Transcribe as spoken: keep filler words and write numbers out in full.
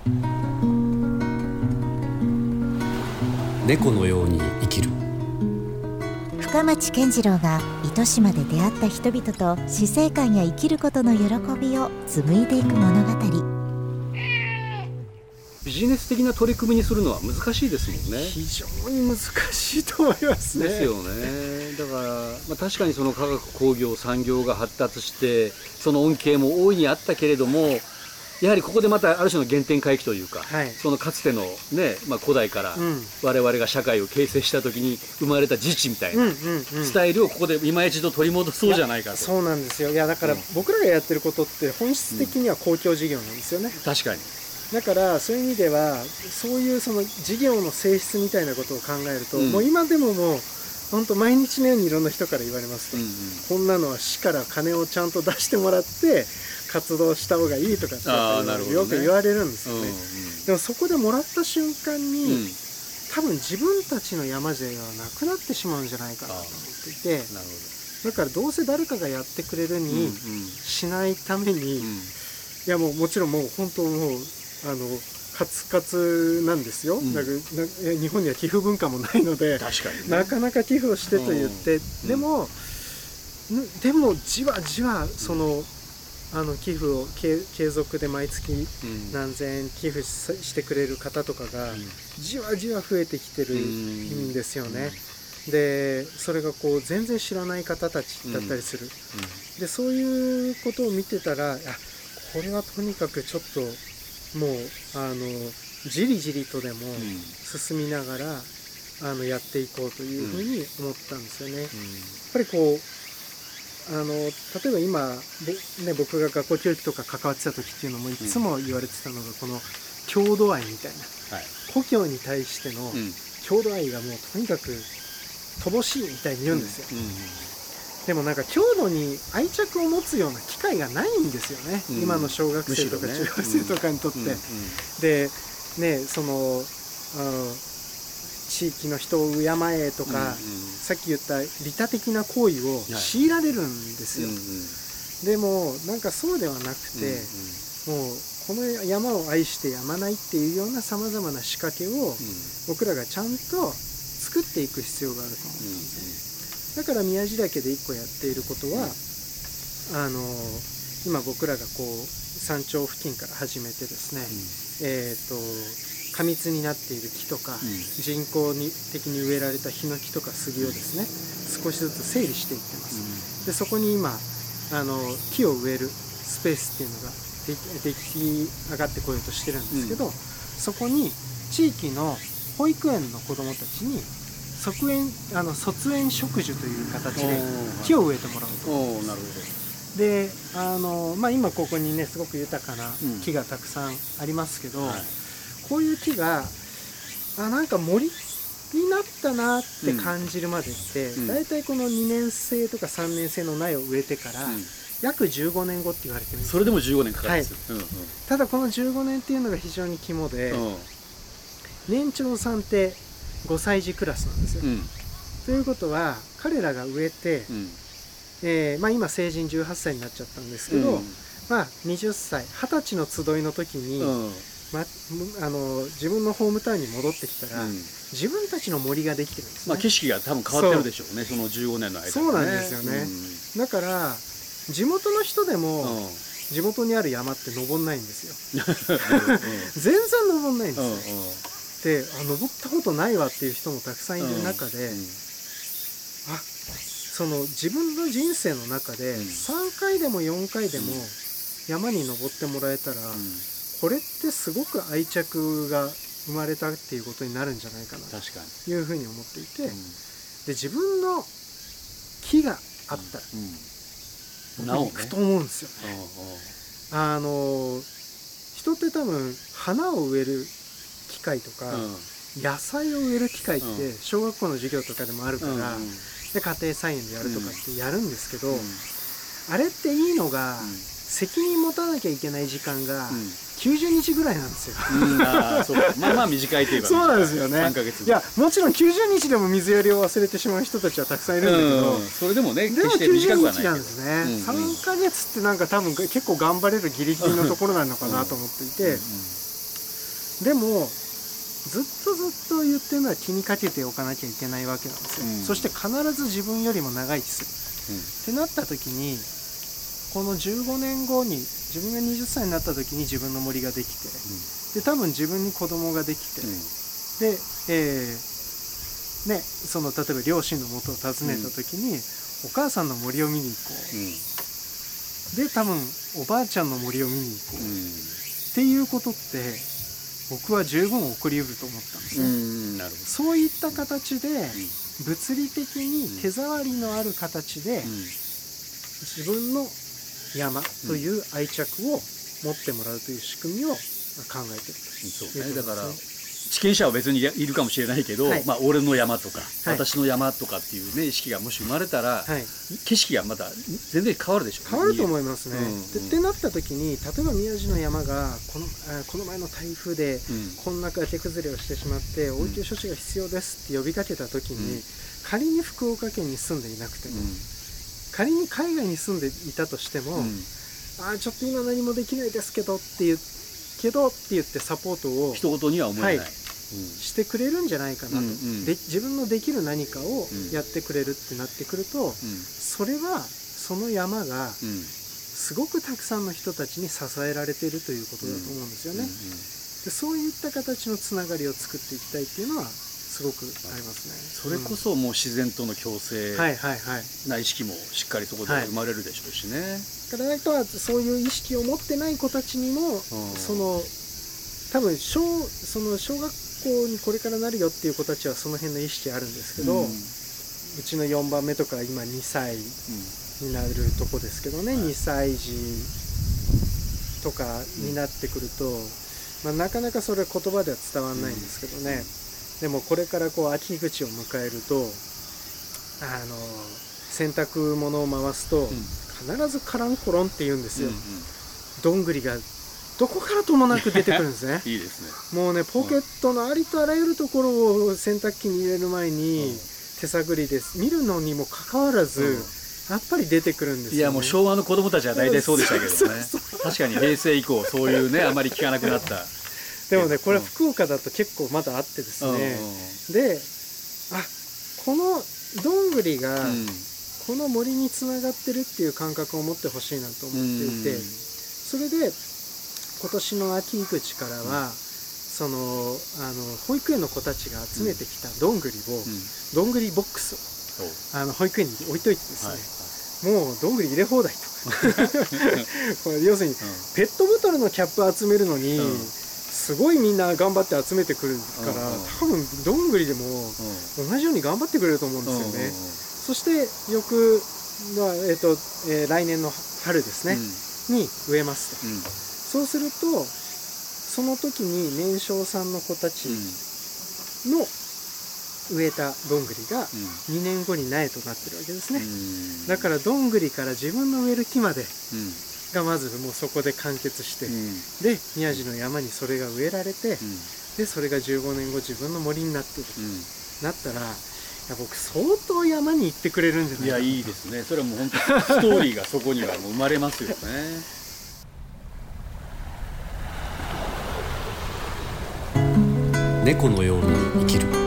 猫のように生きる。 深町健次郎が糸島で出会った人々と死生観や生きることの喜びを紡いでいく物語。 ビジネス的な取り組みにするのは難しいですもんね。 非常に難しいと思いますね。 ですよね。だから、まあ、確かにその化学工業産業が発達してその恩恵も大いにあったけれども、やはりここでまたある種の原点回帰というか、はい、そのかつての、ねまあ、古代から我々が社会を形成した時に生まれた自治みたいなスタイルをここで今一度取り戻そうじゃないかと。 そうなんですよ。いやだから僕らがやってることって本質的には公共事業なんですよね、 うん、確かに。 だからそういう意味ではそういうその事業の性質みたいなことを考えると、うん、もう今でももう本当毎日のようにいろんな人から言われますと、うんうん、こんなのは市から金をちゃんと出してもらって活動した方がいいとかってよく言われるんですよね、うんうん、でもそこでもらった瞬間に、うん、多分自分たちの山ではなくなってしまうんじゃないかなと思っていて、なるほど。だからどうせ誰かがやってくれるにしないために、うんうん、いやもうもちろんもう本当もうあのカツカツなんですよ、うん、なんかな日本には寄付文化もないので確かに、ね、 なかなか寄付をしてと言って、うん、でも、うん、でもじわじわその、あの寄付を継続で毎月何千円寄付 し, してくれる方とかがじわじわ増えてきてるんですよね、うん、でそれがこう全然知らない方たちだったりする、うんうん、でそういうことを見てたら、あこれはとにかくちょっともうあのじりじりとでも進みながら、うん、あのやっていこうというふうに思ったんですよね、うん、やっぱりこうあの例えば今、ね、僕が学校教育とか関わってた時っていうのもいつも言われてたのがこの郷土愛みたいな、はい、故郷に対しての郷土愛がもうとにかく乏しいみたいに言うんですよ、うんうんうん、でもなんか郷土に愛着を持つような機会がないんですよね、うん、今の小学生とか中学生とかにとって、うんうんうん、でねその地域の人を敬えとか、うんうん、さっき言った利他的な行為を強いられるんですよ、はい、でもなんかそうではなくて、うんうん、もうこの山を愛してやまないっていうようなさまざまな仕掛けを僕らがちゃんと作っていく必要があると思うんですね、だから宮地岳で一個やっていることは、あの今僕らがこう山頂付近から始めてですね、うん、えーと過密になっている木とか、うん、人工的に植えられたヒノキとか杉をですね少しずつ整理していってます、うん、でそこに今あの木を植えるスペースっていうのができ上がってこようとしてるんですけど、うん、そこに地域の保育園の子どもたちに卒園、あの卒園植樹という形で木を植えてもらうと。 おー、なるほど。 であの、まあ、今ここにねすごく豊かな木がたくさんありますけど、うんはい、こういう木があなんか森になったなって感じるまでって、うん、だいたいこのにねん生とかさんねん生の苗を植えてから、うん、約じゅうごねんごって言われてるんです。 それでもじゅうごねんかかるんですよ、 はいうんうん、ただこのじゅうごねんっていうのが非常に肝で、うん、年長さんってごさい児クラスなんですよ、うん、ということは彼らが植えて、うんえーまあ、今成人じゅうはっさいになっちゃったんですけど、うんまあ、はたちはたちの集いの時に、うんま、あの自分のホームタウンに戻ってきたら、うん、自分たちの森ができてるんですね、 まあ、景色が多分変わってるでしょうね そ, そのじゅうごねんの間に、ね、 そうなんですよね、うん、だから地元の人でも、うん、地元にある山って登んないんですよ全然登んないんですよ、うんうん、であ登ったことないわっていう人もたくさんいる中で、うんうん、あその自分の人生の中でさんかいでもよんかいでも山に登ってもらえたら、うん、これってすごく愛着が生まれたっていうことになるんじゃないかなというふうに思っていて、うん、で自分の木があったら、うん、僕行くと思うんですよね、うん、あの人って多分花を植える機会とか、うん、野菜を植える機会って小学校の授業とかでもあるから、うんうんで家庭菜園でやるとかってやるんですけど、うん、あれっていいのが、うん、責任持たなきゃいけない時間がきゅうじゅうにちぐらいなんですよ、 うん、あそうまあまあ短いといえばそうなんですよねさんかげついやもちろんきゅうじゅうにちでも水やりを忘れてしまう人たちはたくさんいるんだけど、うん、 それでもねでも決して短くはないけどきゅうじゅうにちなんですね、うんうん、さんかげつってなんか多分結構頑張れるギリギリのところなのかなと思っていて、うんうん、 でもずっとずっと言ってるのは気にかけておかなきゃいけないわけなんですよ、うん、そして必ず自分よりも長生きする、うん、ってなった時にこのじゅうごねんごに自分がはたちになった時に自分の森ができて、うん、で多分自分に子供ができて、うん、で、えーね、その例えば両親の元を訪ねた時に、うん、お母さんの森を見に行こう、うん、で多分おばあちゃんの森を見に行こう、うん、っていうことって僕は十分起こりうると思ったんですね。うん、なるほど。そういった形で、うん、物理的に手触りのある形で、うん、自分の山という愛着を持ってもらうという仕組みを考えていると、うん、そうね。だから地権者は別にいるかもしれないけど、はい、まあ、俺の山とか、はい、私の山とかっていう、ね、意識がもし生まれたら、はい、景色がまた全然変わるでしょうね。 変わると思いますね、うんうん、でってなった時に例えば宮地の山がこの、この前の台風でこんな崖崩れをしてしまって、うん、応急処置が必要ですって呼びかけた時に、うん、仮に福岡県に住んでいなくても、うん、仮に海外に住んでいたとしても、うん、あちょっと今何もできないですけどって言ってけどって言ってサポートを一言には思えない、 はい、うん、してくれるんじゃないかなと、うんうん、で自分のできる何かをやってくれるってなってくると、うん、それはその山がすごくたくさんの人たちに支えられているということだと思うんですよね、うんうんうん、でそういった形のつながりを作っていきたいっていうのはすごくありますね。 それこそもう自然との共生な意識もしっかりそこで生まれるでしょうしね、はいはい、 だからあとはそういう意識を持ってない子たちにも、うん、その多分 小, その小学校にこれからなるよっていう子たちはその辺の意識あるんですけど、うん、うちのよんばんめとか今にさいになるとこですけどね、うん、にさい児とかになってくると、まあ、なかなかそれ言葉では伝わらないんですけどね、うん、でもこれからこう秋口を迎えるとあの洗濯物を回すと、うん、必ずカランコロンって言うんですよ、うんうん、どんぐりがどこからともなく出てくるんですねいいですね。もうねポケットのありとあらゆるところを洗濯機に入れる前に手探りです見るのにもかかわらず、うん、やっぱり出てくるんですよね。 いやもう昭和の子供たちは大体そうでしたけどねそうそうそう確かに平成以降そういうねあまり聞かなくなったでもねこれは福岡だと結構まだあってですね、うん、であこのどんぐりがこの森につながってるっていう感覚を持ってほしいなと思っていて、うん、それで今年の秋口からは、うん、そのあの保育園の子たちが集めてきたどんぐりを、うん、どんぐりボックスをあの保育園に置いといてですね、はい、もうどんぐり入れ放題とこれ要するに、うん、ペットボトルのキャップ集めるのに、うん、すごいみんな頑張って集めてくるから、うん、多分どんぐりでも同じように頑張ってくれると思うんですよね、うん、そして翌、まあえーとえー、来年の春ですね、うん、に植えますと、うん、そうするとその時に年少さんの子たちの植えたどんぐりがにねんごに苗となってるわけですね、うん、だからどんぐりから自分の植える木までがまずもうそこで完結して、うん、で宮地の山にそれが植えられて、うん、でそれがじゅうごねんご自分の森になってる、うん、なったらいや僕相当山に行ってくれるんじゃないかなと。いやいいですね。それはもう本当ストーリーがそこにはもう生まれますよね猫のように生きる。